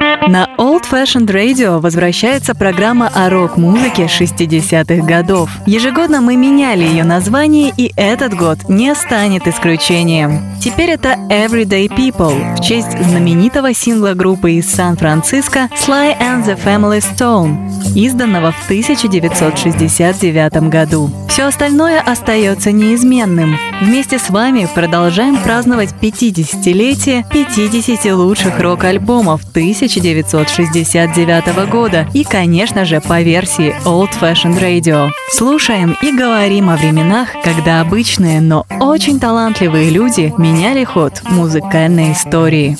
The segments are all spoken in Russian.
На Old Fashioned Radio возвращается программа о рок-музыке 60-х годов. Ежегодно мы меняли ее название, и этот год не станет исключением. Теперь это Everyday People в честь знаменитого сингла группы из Сан-Франциско Sly and the Family Stone, изданного в 1969 году. Все остальное остается неизменным. Вместе с вами продолжаем праздновать 50-летие 50 лучших рок-альбомов 1969 года и, конечно же, по версии Old Fashioned Radio. Слушаем и говорим о временах, когда обычные, но очень талантливые люди меняли ход музыкальной истории.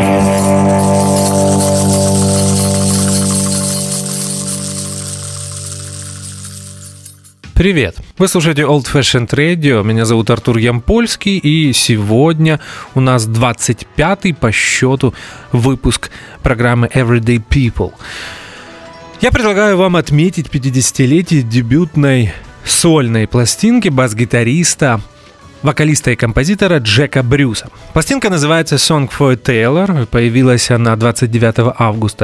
Привет! Вы слушаете Old Fashioned Radio, меня зовут Артур Ямпольский, и сегодня у нас 25-й по счету выпуск программы Everyday People. Я предлагаю вам отметить 50-летие дебютной сольной пластинки бас-гитариста, вокалиста и композитора Джека Брюса. Пластинка называется Song for a Tailor. Появилась она 29 августа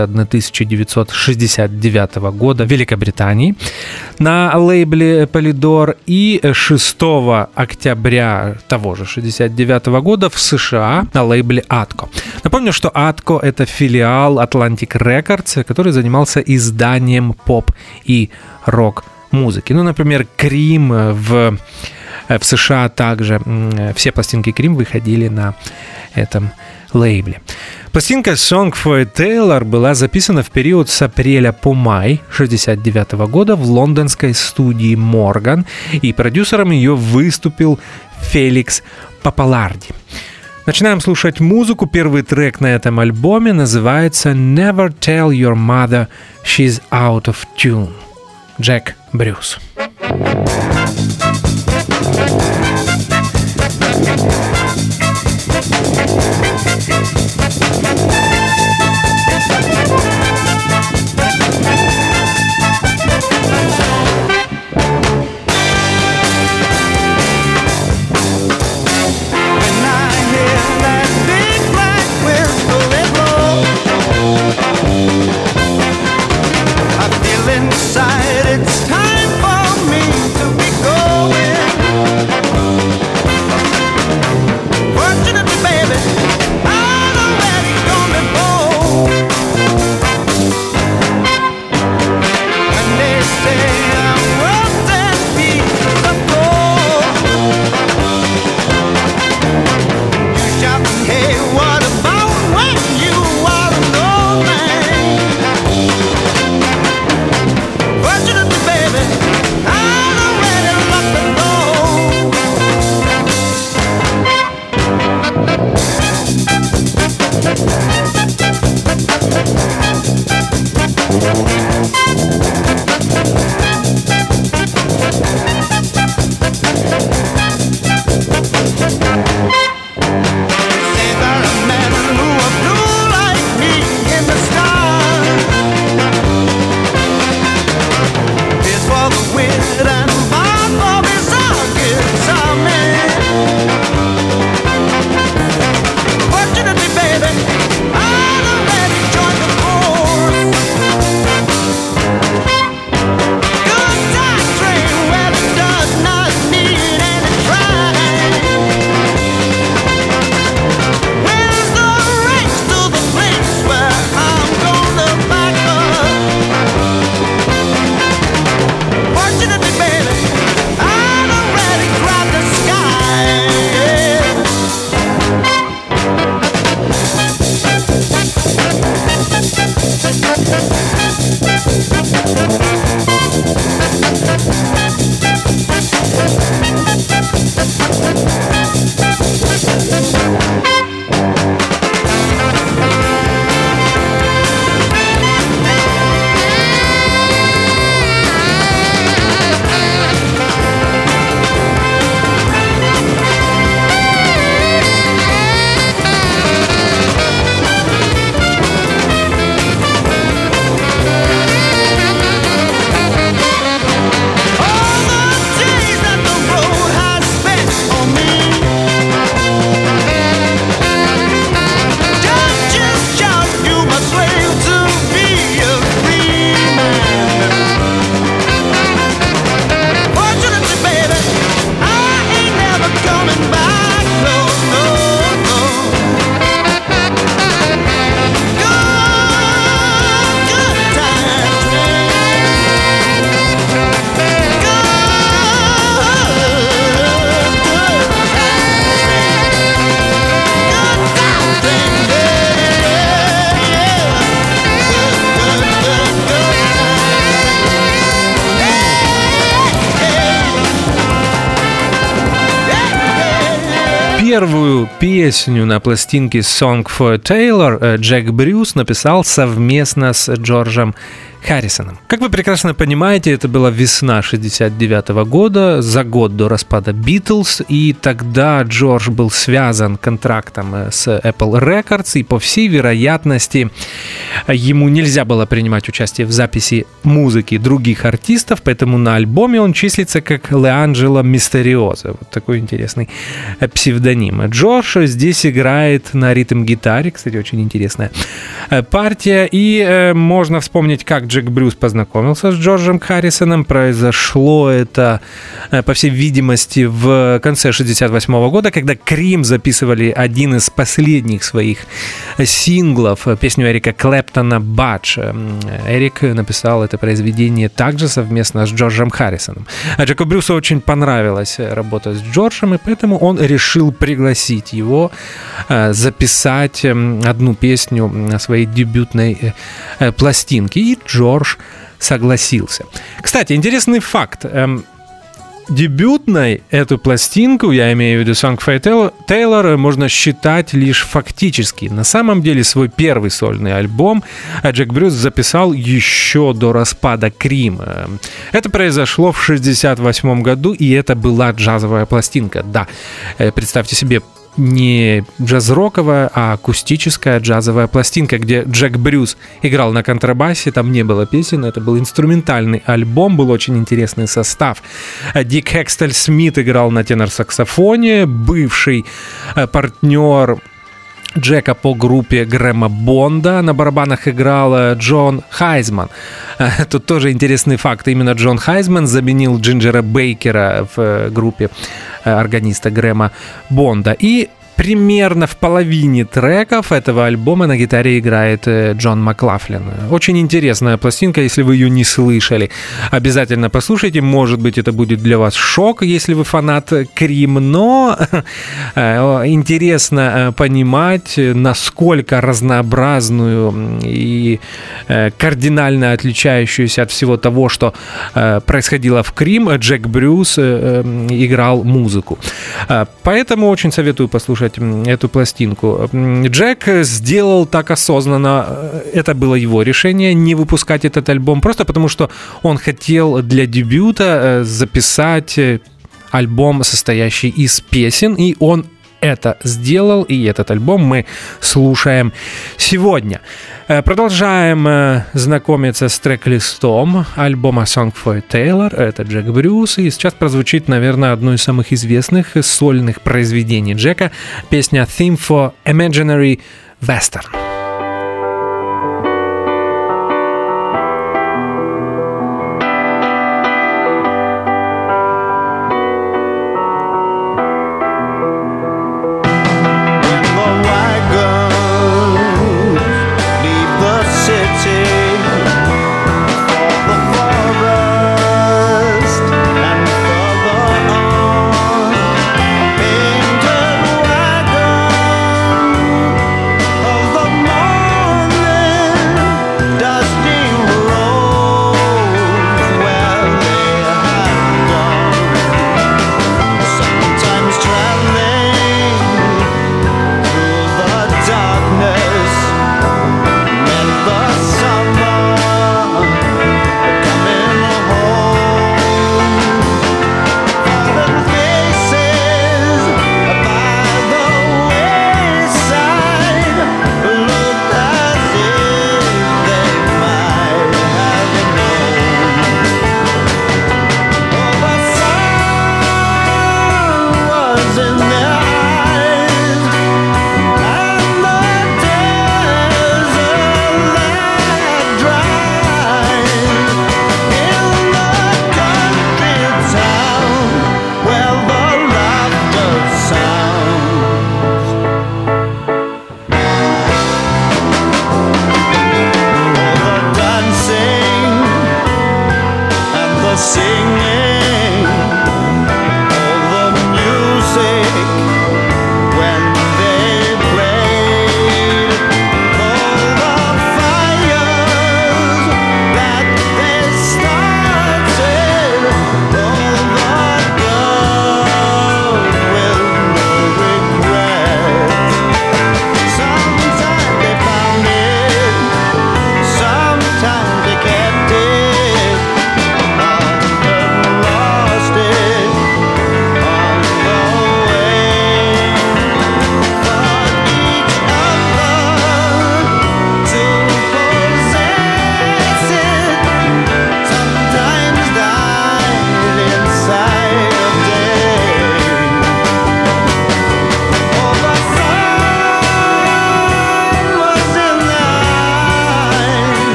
1969 года в Великобритании на лейбле Polydor и 6 октября того же 1969 года в США на лейбле Atco. Напомню, что Atco — это филиал Atlantic Records, который занимался изданием поп и рок-музыки. Ну, например, Cream в США также все пластинки Cream выходили на этом лейбле. Пластинка Song for a Tailor была записана в период с апреля по май 1969 года в лондонской студии Morgan, и продюсером ее выступил Феликс Папаларди. Начинаем слушать музыку. Первый трек на этом альбоме называется Never Tell Your Mother She's Out of Tune. Джек Брюс. Первую песню на пластинке «Song for Taylor» Джек Брюс написал совместно с Джорджем Харрисоном. Как вы прекрасно понимаете, это была весна 1969 года, за год до распада Beatles, и тогда Джордж был связан контрактом с Apple Records, и по всей вероятности ему нельзя было принимать участие в записи музыки других артистов, поэтому на альбоме он числится как Леанджело Мистериозо. Вот такой интересный псевдоним. Джордж здесь играет на ритм-гитаре, кстати, очень интересная партия, и можно вспомнить, как Джек Брюс познакомился с Джорджем Харрисоном. Произошло это, по всей видимости, в конце 1968 года, когда Cream записывали один из последних своих синглов, песню Эрика Клэптона «Батч». Эрик написал это произведение также совместно с Джорджем Харрисоном. А Джеку Брюсу очень понравилась работа с Джорджем, и поэтому он решил пригласить его записать одну песню на своей дебютной пластинке. И Джордж согласился. Кстати, интересный факт. Дебютной эту пластинку, я имею в виду «Song for Taylor», можно считать лишь фактически. На самом деле свой первый сольный альбом Джек Брюс записал еще до распада Cream. Это произошло в 1968 году, и это была джазовая пластинка. Да, представьте себе, не джаз-роковая, а акустическая джазовая пластинка, где Джек Брюс играл на контрабасе, там не было песен, это был инструментальный альбом, был очень интересный состав. Дик Хекстель Смит играл на тенор-саксофоне, бывший партнер Джека по группе Грэма Бонда. На барабанах играл Джон Хайзман. Тут тоже интересный факт. Именно Джон Хайзман заменил Джинджера Бейкера в группе органиста Грэма Бонда. И примерно в половине треков этого альбома на гитаре играет Джон Маклафлин. Очень интересная пластинка, если вы ее не слышали. Обязательно послушайте, может быть, это будет для вас шок, если вы фанат Cream, но интересно понимать, насколько разнообразную и кардинально отличающуюся от всего того, что происходило в Cream, Джек Брюс играл музыку. Поэтому очень советую послушать эту пластинку. Джек сделал так осознанно, это было его решение, не выпускать этот альбом, просто потому что он хотел для дебюта записать альбом, состоящий из песен, и он это сделал, и этот альбом мы слушаем сегодня. Продолжаем знакомиться с трек-листом альбома «Song for Taylor». Это Джек Брюс, и сейчас прозвучит, наверное, одно из самых известных сольных произведений Джека, песня «Theme for Imaginary Western». The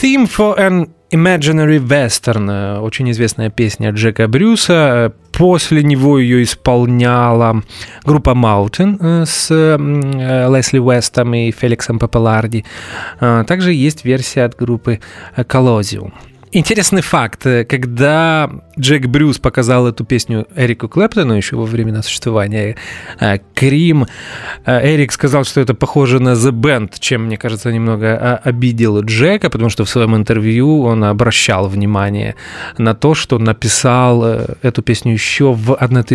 Theme for an Imaginary Western, очень известная песня Джека Брюса. После него ее исполняла группа Mountain с Лесли Уэстом и Феликсом Папаларди. Также есть версия от группы Colosseum. Интересный факт, когда Джек Брюс показал эту песню Эрику Клэптону еще во времена существования Cream, Эрик сказал, что это похоже на The Band, чем, мне кажется, немного обидел Джека, потому что в своем интервью он обращал внимание на то, что написал эту песню еще в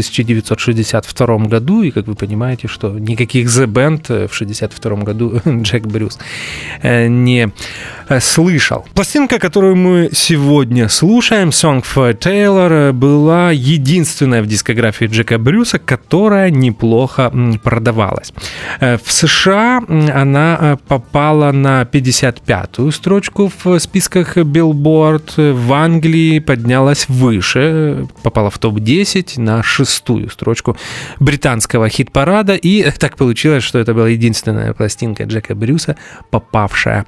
1962 году, и, как вы понимаете, что никаких The Band в 1962 году Джек Брюс не слышал. Пластинка, которую мы сегодня слушаем, Song for Taylor, была единственная в дискографии Джека Брюса, которая неплохо продавалась. В США она попала на 55-ю строчку в списках Billboard, в Англии поднялась выше, попала в топ-10 на 6-ю строчку британского хит-парада, и так получилось, что это была единственная пластинка Джека Брюса, попавшая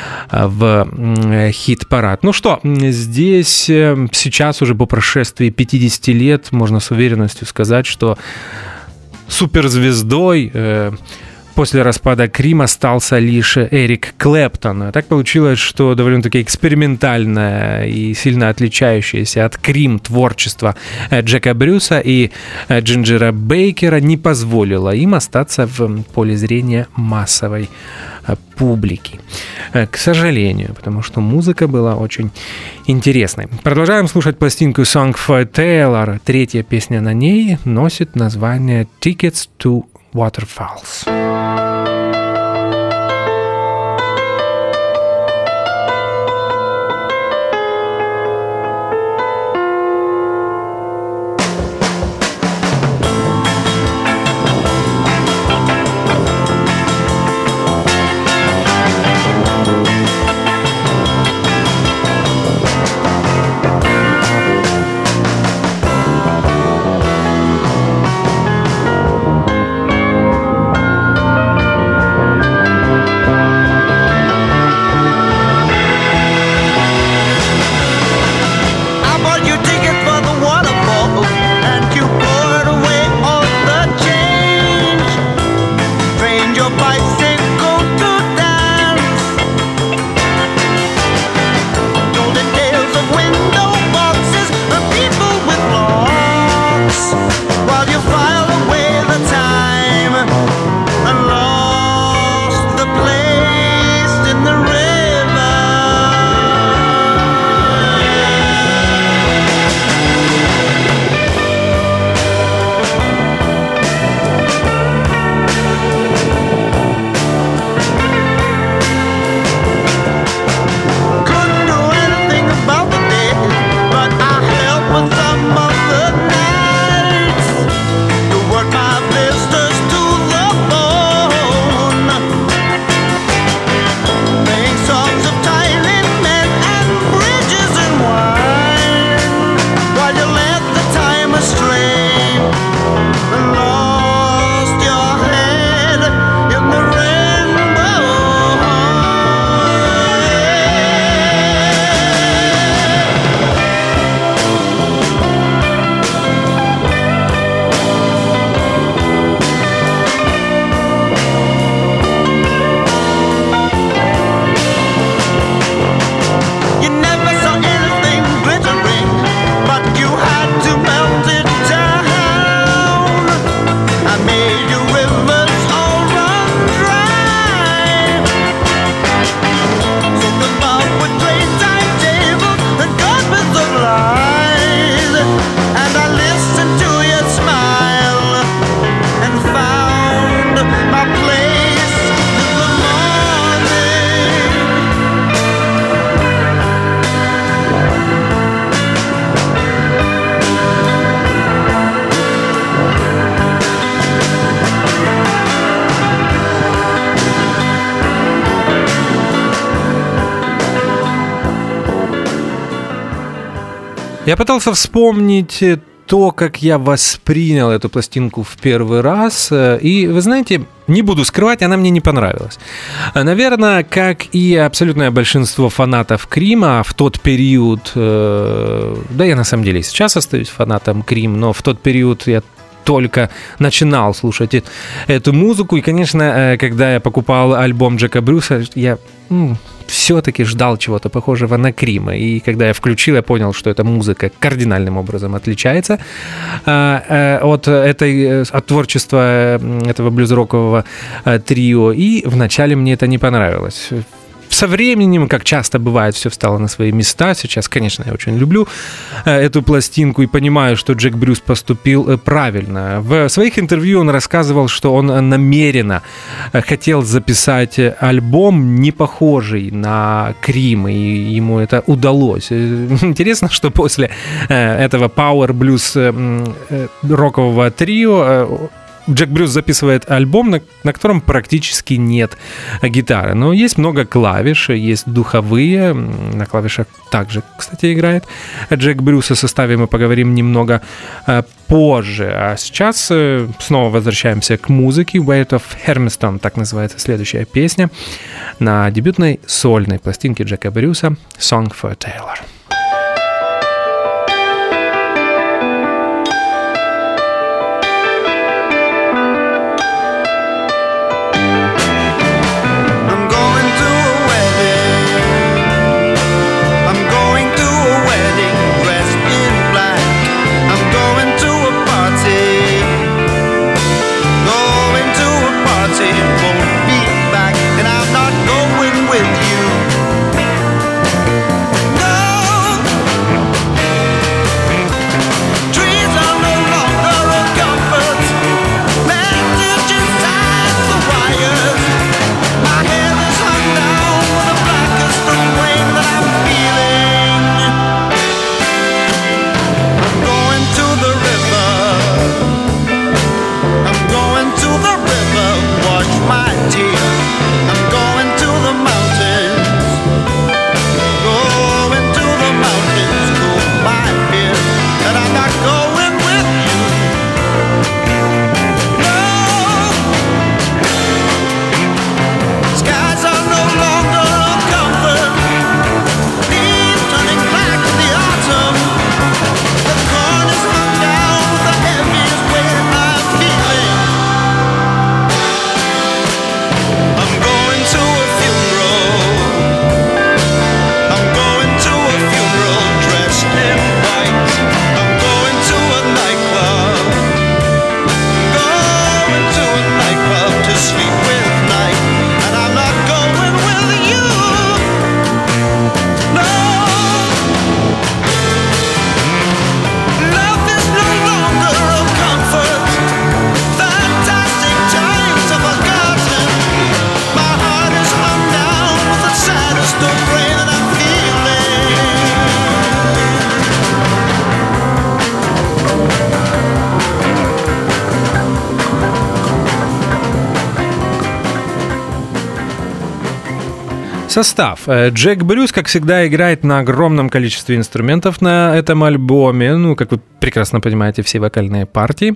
в хит-парад. Ну что, здесь сейчас уже по прошествии 50 лет можно с уверенностью сказать, что суперзвездой после распада Cream остался лишь Эрик Клэптон. Так получилось, что довольно-таки экспериментальное и сильно отличающееся от Cream творчество Джека Брюса и Джинджера Бейкера не позволило им остаться в поле зрения массовой публики. К сожалению, потому что музыка была очень интересной. Продолжаем слушать пластинку Song for Taylor. Третья песня на ней носит название Tickets to Waterfalls. Я пытался вспомнить то, как я воспринял эту пластинку в первый раз. И, вы знаете, не буду скрывать, она мне не понравилась. Наверное, как и абсолютное большинство фанатов Крима в тот период, да я на самом деле и сейчас остаюсь фанатом Крим, но в тот период я только начинал слушать эту музыку. И, конечно, когда я покупал альбом Джека Брюса, я все-таки ждал чего-то похожего на Крима. И когда я включил, я понял, что эта музыка кардинальным образом отличается от творчества этого блюз-рокового трио. И вначале мне это не понравилось. Со временем, как часто бывает, все встало на свои места. Сейчас, конечно, я очень люблю эту пластинку и понимаю, что Джек Брюс поступил правильно. В своих интервью он рассказывал, что он намеренно хотел записать альбом, не похожий на Крим, и ему это удалось. Интересно, что после этого Power Blues рокового трио Джек Брюс записывает альбом, на котором практически нет гитары. Но есть много клавиш, есть духовые. На клавишах также, кстати, играет Джек Брюс. О составе мы поговорим немного позже. А сейчас снова возвращаемся к музыке. Weight of Hermiston, так называется следующая песня, на дебютной сольной пластинке Джека Брюса «Song for Taylor». Состав. Джек Брюс, как всегда, играет на огромном количестве инструментов на этом альбоме. Ну, как вы прекрасно понимаете, все вокальные партии.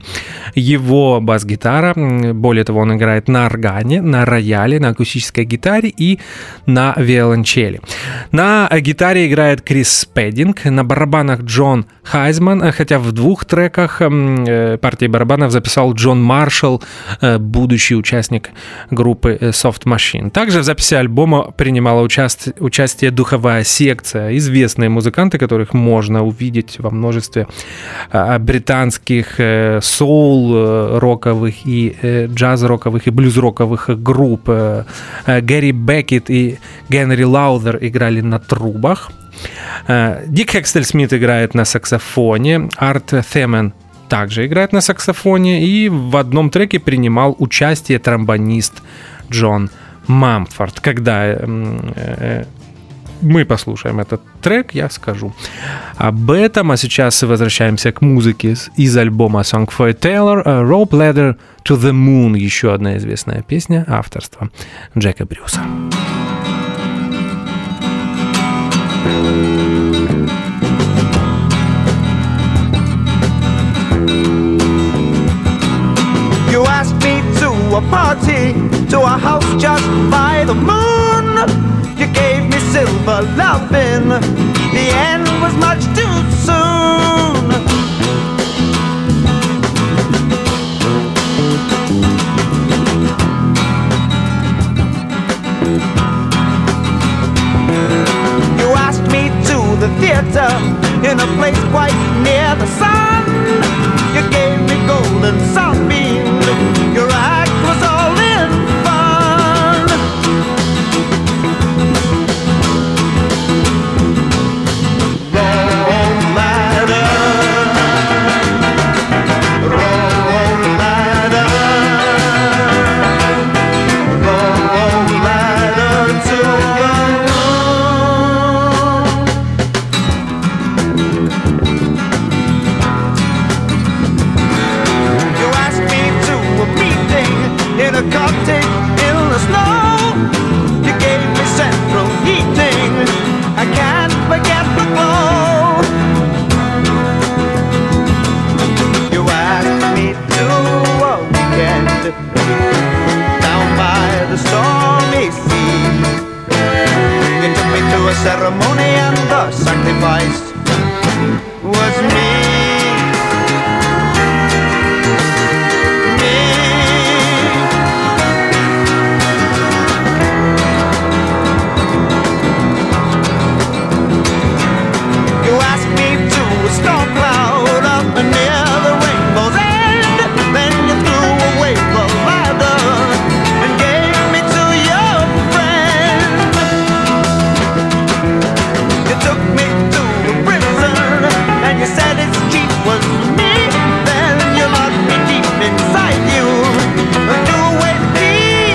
Его бас-гитара. Более того, он играет на органе, на рояле, на акустической гитаре и на виолончели. На гитаре играет Крис Спеддинг, на барабанах Джон Хайзман, хотя в двух треках партии барабанов записал Джон Маршалл, будущий участник группы Soft Machine. Также в записи альбома принимала участие духовая секция, известные музыканты, которых можно увидеть во множестве британских соул-роковых и джаз-роковых и блюз-роковых групп. Гэри Беккет и Генри Лаудер играли на трубах. Дик Хекстель-Смит играет на саксофоне. Арт Темен также играет на саксофоне. И в одном треке принимал участие тромбонист Джон Мамфорд. Когда мы послушаем этот трек, я скажу об этом. А сейчас возвращаемся к музыке из альбома Song for Taylor. Rope Ladder to the Moon. Еще одна известная песня авторства Джека Брюса. just by the moon. You gave me silver loving. The end was much too soon. You asked me to the theater in a place quite near the sun. You gave me golden sunbeams. Your act was all in fun. Roll ladder, roll ladder, roll ladder to the in a Coptic in the snow. You gave me central heating. I can't forget the glow. You asked me to a weekend down by the stormy sea. You took me to a ceremony and the sacrifice was me. Storm cloud up near the rainbow's end. Then you threw away the ladder and gave me to your friend. You took me to a prison and you said its chief was me. Then you locked me deep inside you and threw away the key.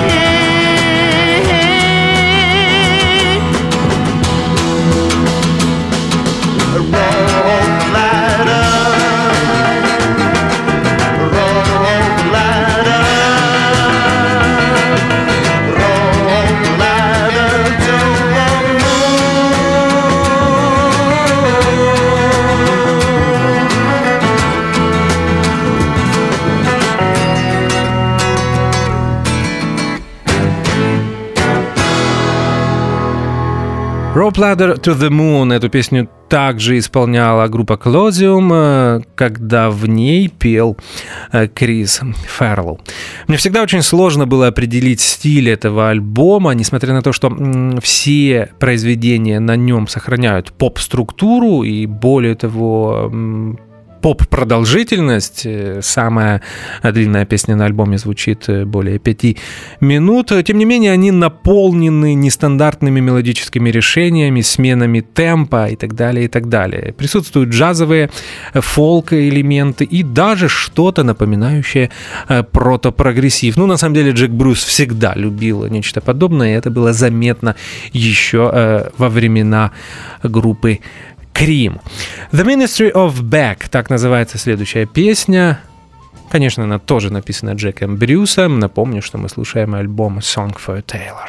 Rope Ladder to the Moon. Эту песню также исполняла группа Colosseum, когда в ней пел Крис Ферлоу. Мне всегда очень сложно было определить стиль этого альбома, несмотря на то, что все произведения на нем сохраняют поп-структуру и, более того, поп-продолжительность. Самая длинная песня на альбоме звучит более 5 минут. Тем не менее, они наполнены нестандартными мелодическими решениями, сменами темпа и так далее, и так далее. Присутствуют джазовые, фолк-элементы и даже что-то напоминающее протопрогрессив. Ну, на самом деле, Джек Брюс всегда любил нечто подобное, и это было заметно еще во времена группы Cream. The Ministry of Back, так называется следующая песня. Конечно, она тоже написана Джеком Брюсом. Напомню, что мы слушаем альбом Song for a Tailor.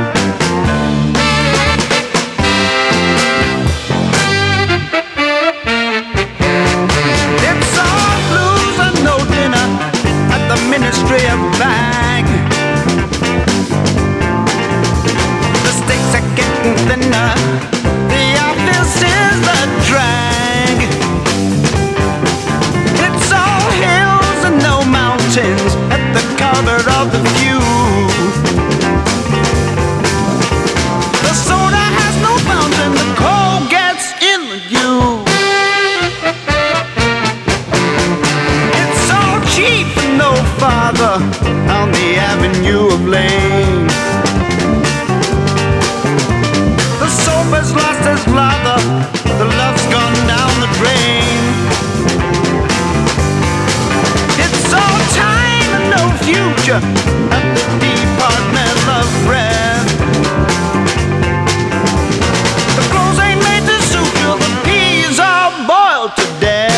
Ministry of Bag. The stakes are getting thinner. The office is the drag. It's all hills and no mountains at the cover of the view. The soda has no fountain. The coal gets in you. It's all cheap and no father on the avenue of Lane. The soap has lost its lather, the love's gone down the drain. It's all time and no future at the Department of Breath. The clothes ain't made to suit you, the peas are boiled to death.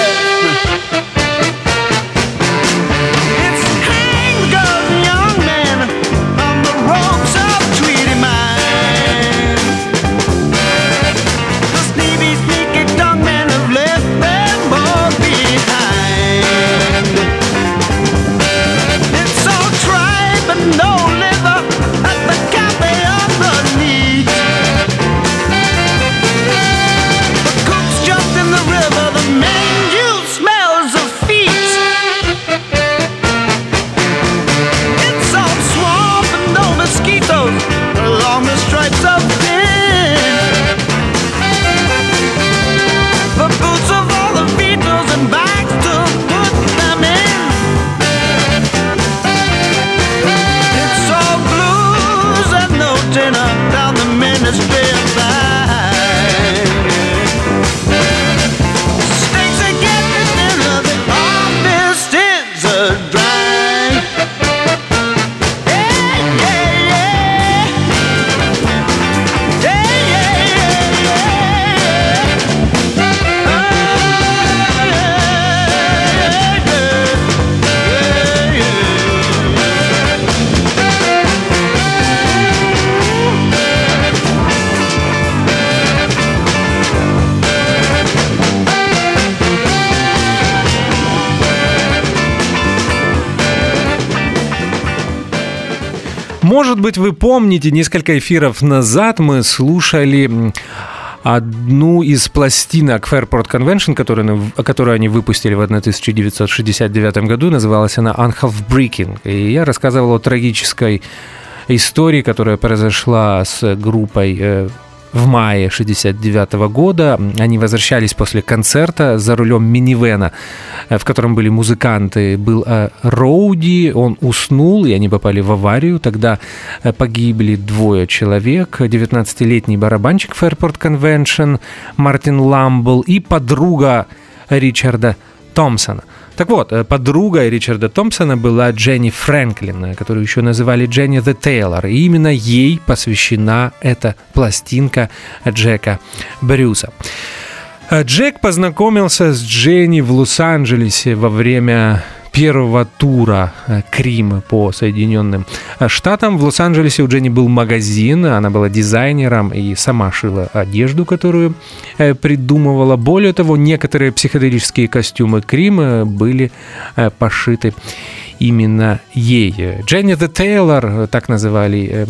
Может быть, вы помните, несколько эфиров назад мы слушали одну из пластинок Fairport Convention, которую они выпустили в 1969 году. Называлась она Unhalf Breaking. И я рассказывал о трагической истории, которая произошла с группой в мае 1969 года. Они возвращались после концерта за рулем минивэна, в котором были музыканты. Был Роуди, он уснул, и они попали в аварию. Тогда погибли 2 человек. 19-летний барабанщик Fairport Convention Мартин Ламбл и подруга Ричарда Томпсона. Так вот, подругой Ричарда Томпсона была Дженни Фрэнклин, которую еще называли Дженни the Taylor. И именно ей посвящена эта пластинка Джека Брюса. Джек познакомился с Дженни в Лос-Анджелесе во время первого тура Крим по Соединенным Штатам. В Лос-Анджелесе у Дженни был магазин, она была дизайнером и сама шила одежду, которую придумывала. Более того, некоторые психоделические костюмы Крим были пошиты именно ей. Дженни the Taylor, так называли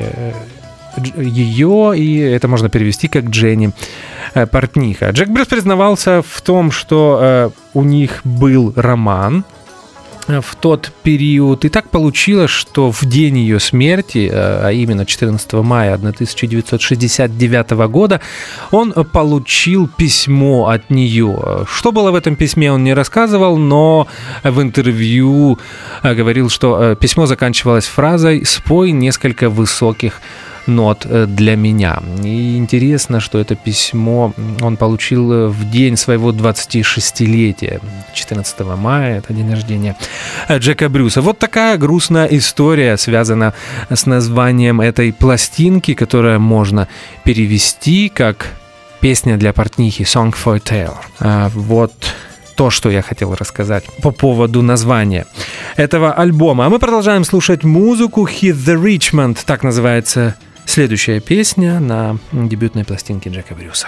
ее, и это можно перевести как Дженни портниха. Джек Брюс признавался в том, что у них был роман в тот период. И так получилось, что в день ее смерти, а именно 14 мая 1969 года, он получил письмо от нее. Что было в этом письме, он не рассказывал, но в интервью говорил, что письмо заканчивалось фразой «Спой несколько высоких нот для меня». И интересно, что это письмо он получил в день своего 26-летия, 14 мая, это день рождения Джека Брюса. Вот такая грустная история связана с названием этой пластинки, которая можно перевести как «Песня для портнихи», «Song for a Tailor». Вот то, что я хотел рассказать по поводу названия этого альбома. А мы продолжаем слушать музыку. «Hit the Richmond», так называется следующая песня на дебютной пластинке Джека Брюса.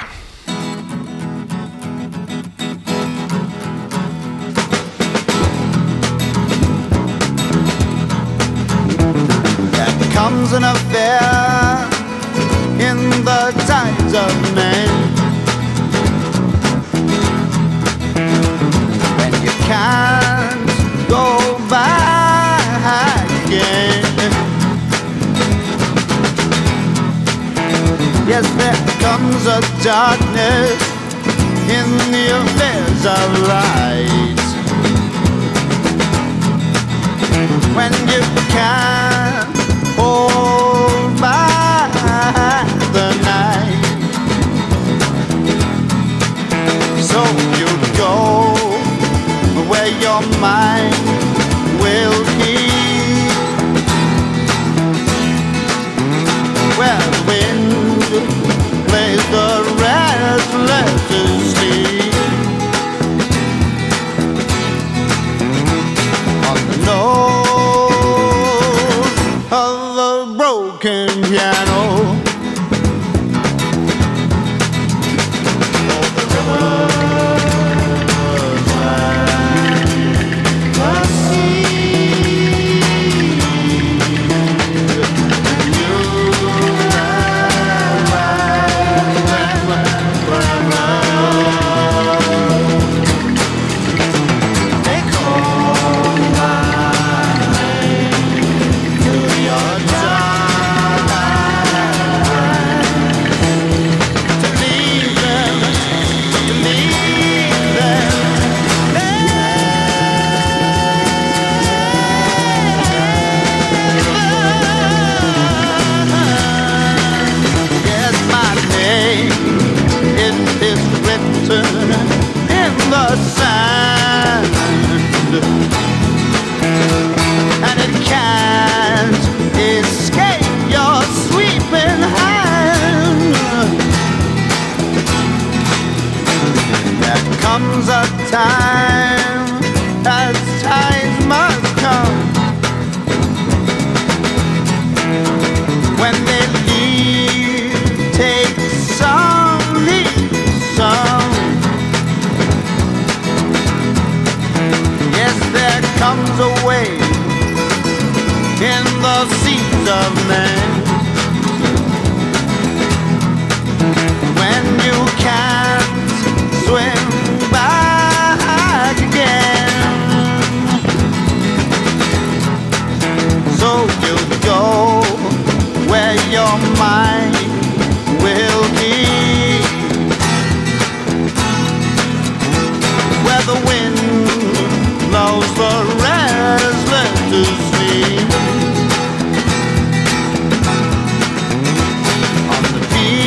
There comes an affair in the tides of men, when you can't go back again. Yes, there comes a darkness in the affairs of light, when you can't hold back the night. So you go where your mind will keep, where the wind plays the restless to sleep, on the note of a broken piano. Oh, the riverside, the of men. When you can't swim back again, so you go where your mind will be, where the wind blows the restless to sleep. On the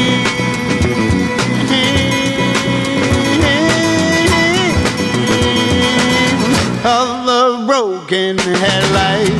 beat of the broken headlights.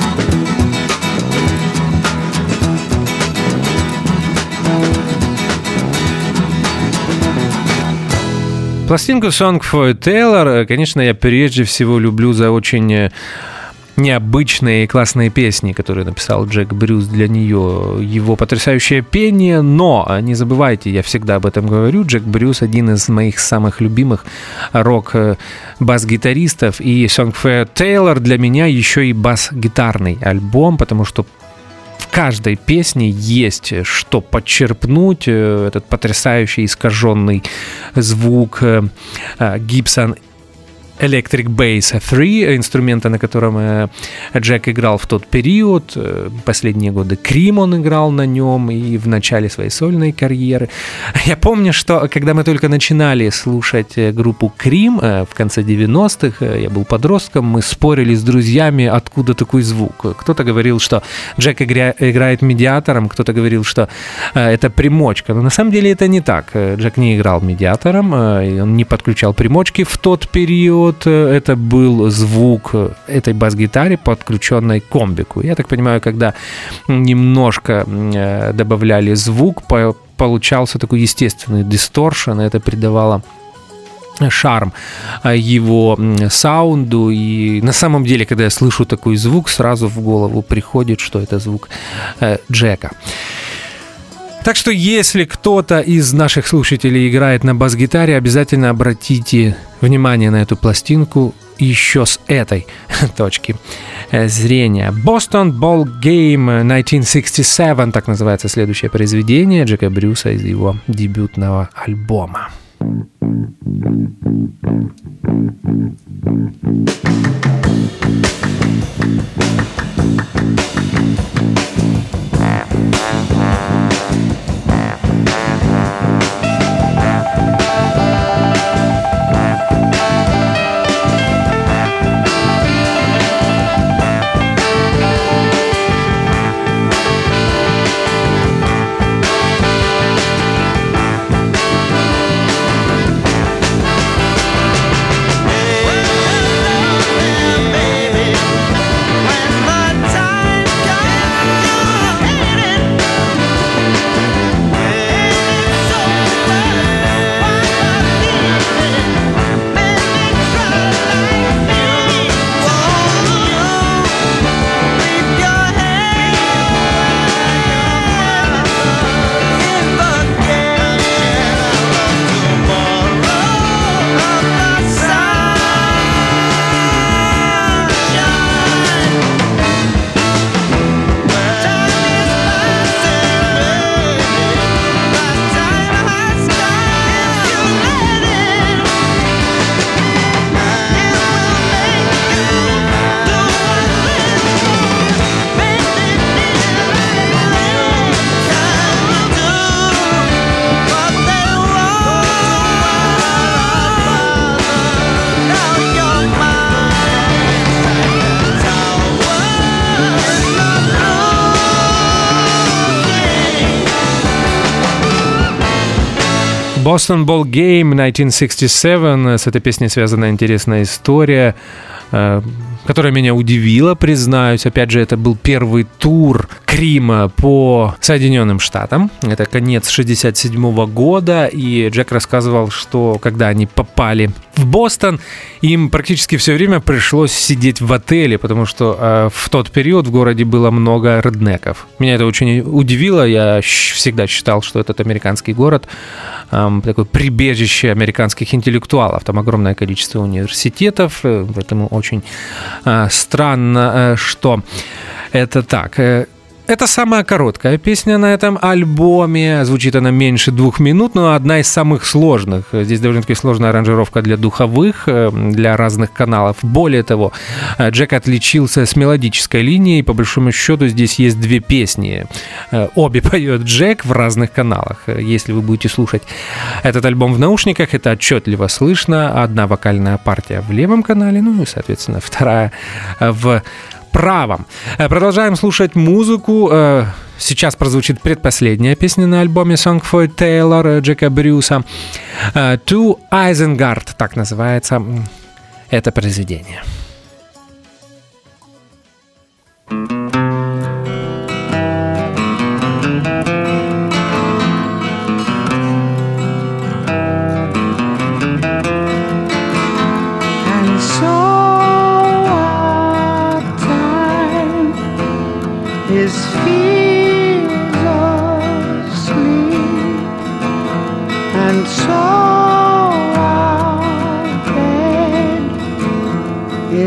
Пластинку «Song for Taylor», конечно, я прежде всего люблю за очень необычные и классные песни, которые написал Джек Брюс для нее, его потрясающее пение, но не забывайте, я всегда об этом говорю, Джек Брюс один из моих самых любимых рок-бас-гитаристов, и «Song for Taylor» для меня еще и бас-гитарный альбом, потому что в каждой песне есть что подчерпнуть, этот потрясающий искаженный звук Gibson Electric Bass 3, инструмента, на котором Джек играл в тот период. Последние годы Крим он играл на нем и в начале своей сольной карьеры. Я помню, что когда мы только начинали слушать группу Крим в конце 90-х, я был подростком, мы спорили с друзьями, откуда такой звук. Кто-то говорил, что Джек играет медиатором, кто-то говорил, что это примочка. Но на самом деле это не так. Джек не играл медиатором, он не подключал примочки в тот период. Это был звук этой бас-гитаре, подключенной к комбику. Я так понимаю, когда немножко добавляли звук, получался такой естественный дисторшн, это придавало шарм его саунду. И на самом деле, когда я слышу такой звук, сразу в голову приходит, что это звук Джека. Так что, если кто-то из наших слушателей играет на бас-гитаре, обязательно обратите внимание на эту пластинку еще с этой точки зрения. Boston Ball Game 1967, так называется следующее произведение Джека Брюса из его дебютного альбома. Boston Ball Game 1967. С этой песней связана интересная история, которая меня удивила, признаюсь. Опять же, это был первый тур Крима по Соединенным Штатам. Это конец 1967 года, и Джек рассказывал, что когда они попали в Бостон, им практически все время пришлось сидеть в отеле, потому что в тот период в городе было много реднеков. Меня это очень удивило. Я всегда считал, что этот американский город такое прибежище американских интеллектуалов. Там огромное количество университетов, поэтому очень странно, что это так. Это самая короткая песня на этом альбоме. Звучит она меньше 2 минут, но одна из самых сложных. Здесь довольно-таки сложная аранжировка для духовых, для разных каналов. Более того, Джек отличился с мелодической линией. По большому счету здесь есть 2 песни. Обе поет Джек в разных каналах. Если вы будете слушать этот альбом в наушниках, это отчетливо слышно. Одна вокальная партия в левом канале, ну и, соответственно, вторая в правом. Продолжаем слушать музыку. Сейчас прозвучит предпоследняя песня на альбоме Song for Taylor Джека Брюса. To Isengard, так называется это произведение. His fears asleep, and so our bed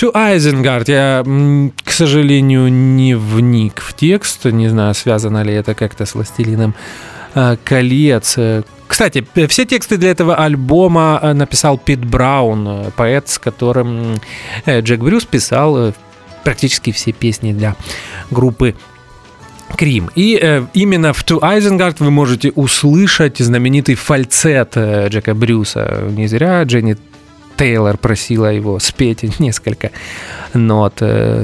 To Isengard. Я, к сожалению, не вник в текст. Не знаю, связано ли это как-то с «Властелином колец». Кстати, все тексты для этого альбома написал Пит Браун, поэт, с которым Джек Брюс писал практически все песни для группы Cream. И именно в To Isengard вы можете услышать знаменитый фальцет Джека Брюса. Не зря Дженни Тейлор просила его спеть несколько нот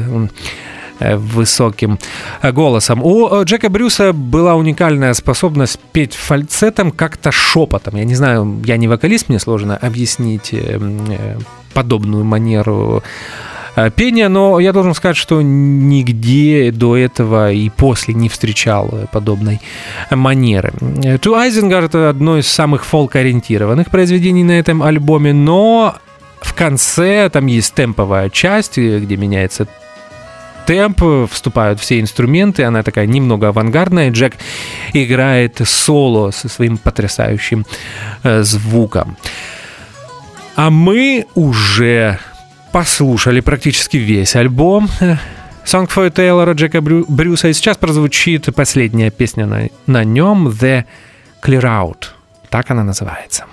высоким голосом. У Джека Брюса была уникальная способность петь фальцетом как-то шепотом. Я не знаю, я не вокалист, мне сложно объяснить подобную манеру пения, но я должен сказать, что нигде до этого и после не встречал подобной манеры. To Isengard — это одно из самых фолк-ориентированных произведений на этом альбоме, но в конце там есть темповая часть, где меняется темп, вступают все инструменты, она такая немного авангардная, Джек играет соло со своим потрясающим звуком. А мы уже послушали практически весь альбом Song for Taylor Джека Брюса, и сейчас прозвучит последняя песня на нем, The Clear Out. Так она называется.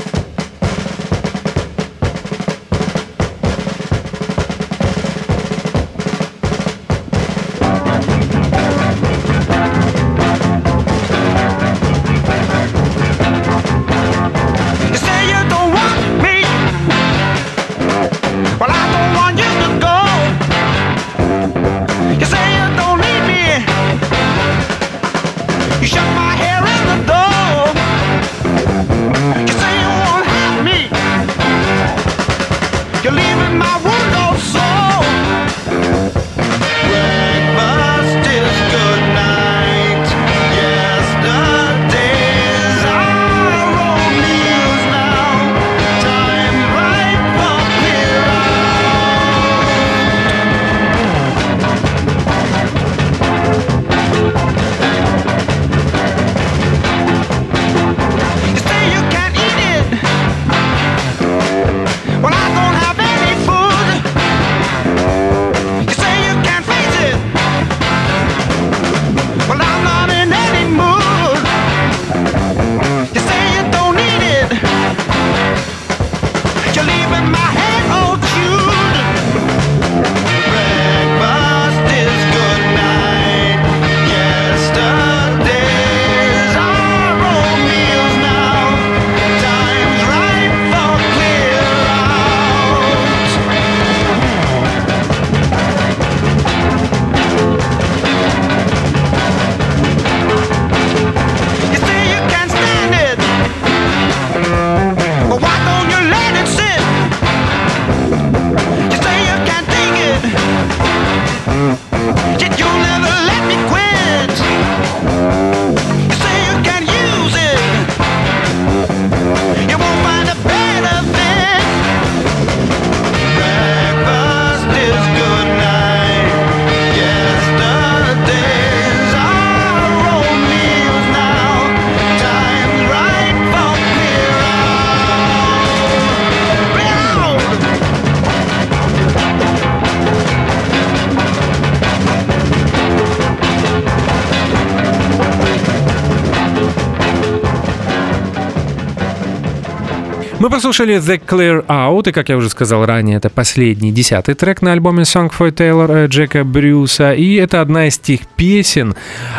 Мы послушали The Clear Out, и, как я уже сказал ранее, это последний, 10-й трек на альбоме Song for Taylor Джека Брюса, и это одна из тех песен,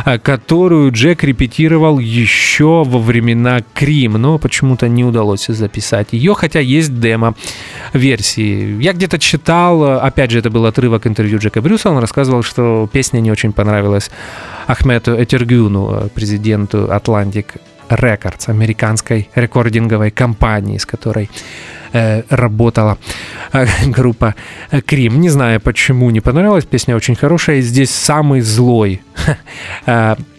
которую Джек репетировал еще во времена Cream, но почему-то не удалось записать ее, хотя есть демо-версии. Я где-то читал, опять же, это был отрывок интервью Джека Брюса, он рассказывал, что песня не очень понравилась Ахмету Этергюну, президенту Atlantic Records, американской рекординговой компании, с которой работала группа Cream. Не знаю, почему не понравилась, песня очень хорошая, и здесь самый злой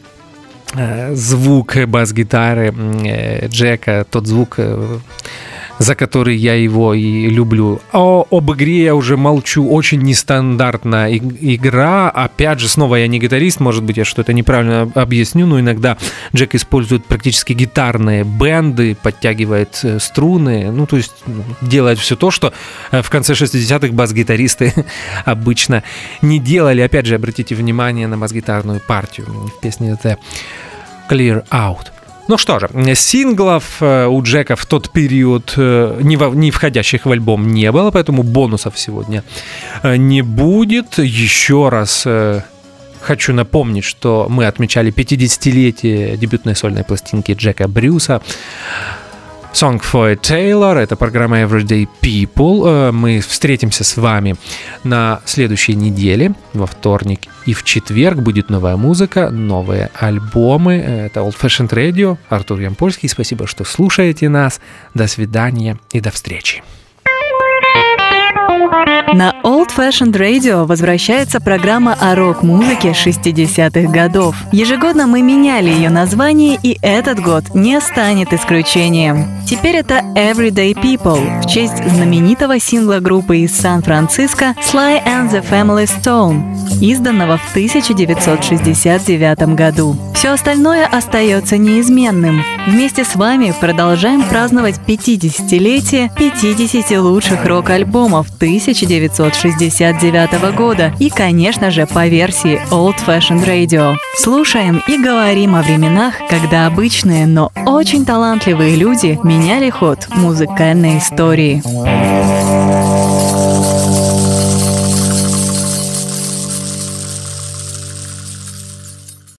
звук бас-гитары Джека, тот звук, за который я его и люблю. Об игре я уже молчу. Очень нестандартная игра. Опять же, снова я не гитарист, может быть, я что-то неправильно объясню, но иногда Джек использует практически гитарные бенды, подтягивает струны, то есть делает все то, что в конце 60-х бас-гитаристы обычно не делали. Опять же, обратите внимание на бас-гитарную партию в песне The Clear Out. Ну что же, синглов у Джека в тот период, не входящих в альбом, не было, поэтому бонусов сегодня не будет. Еще раз хочу напомнить, что мы отмечали 50-летие дебютной сольной пластинки Джека Брюса. Song for a Tailor, это программа Everyday People. Мы встретимся с вами на следующей неделе, во вторник и в четверг. Будет новая музыка, новые альбомы. Это Old Fashioned Radio, Артур Ямпольский. Спасибо, что слушаете нас. До свидания и до встречи. На Old Fashioned Radio возвращается программа о рок-музыке 60-х годов. Ежегодно мы меняли ее название, и этот год не станет исключением. Теперь это Everyday People в честь знаменитого сингла группы из Сан-Франциско Sly and the Family Stone, изданного в 1969 году. Все остальное остается неизменным. Вместе с вами продолжаем праздновать 50-летие 50 лучших рок-альбомов 1969 года и, конечно же, по версии Old Fashioned Radio. Слушаем и говорим о временах, когда обычные, но очень талантливые люди меняли ход музыкальной истории.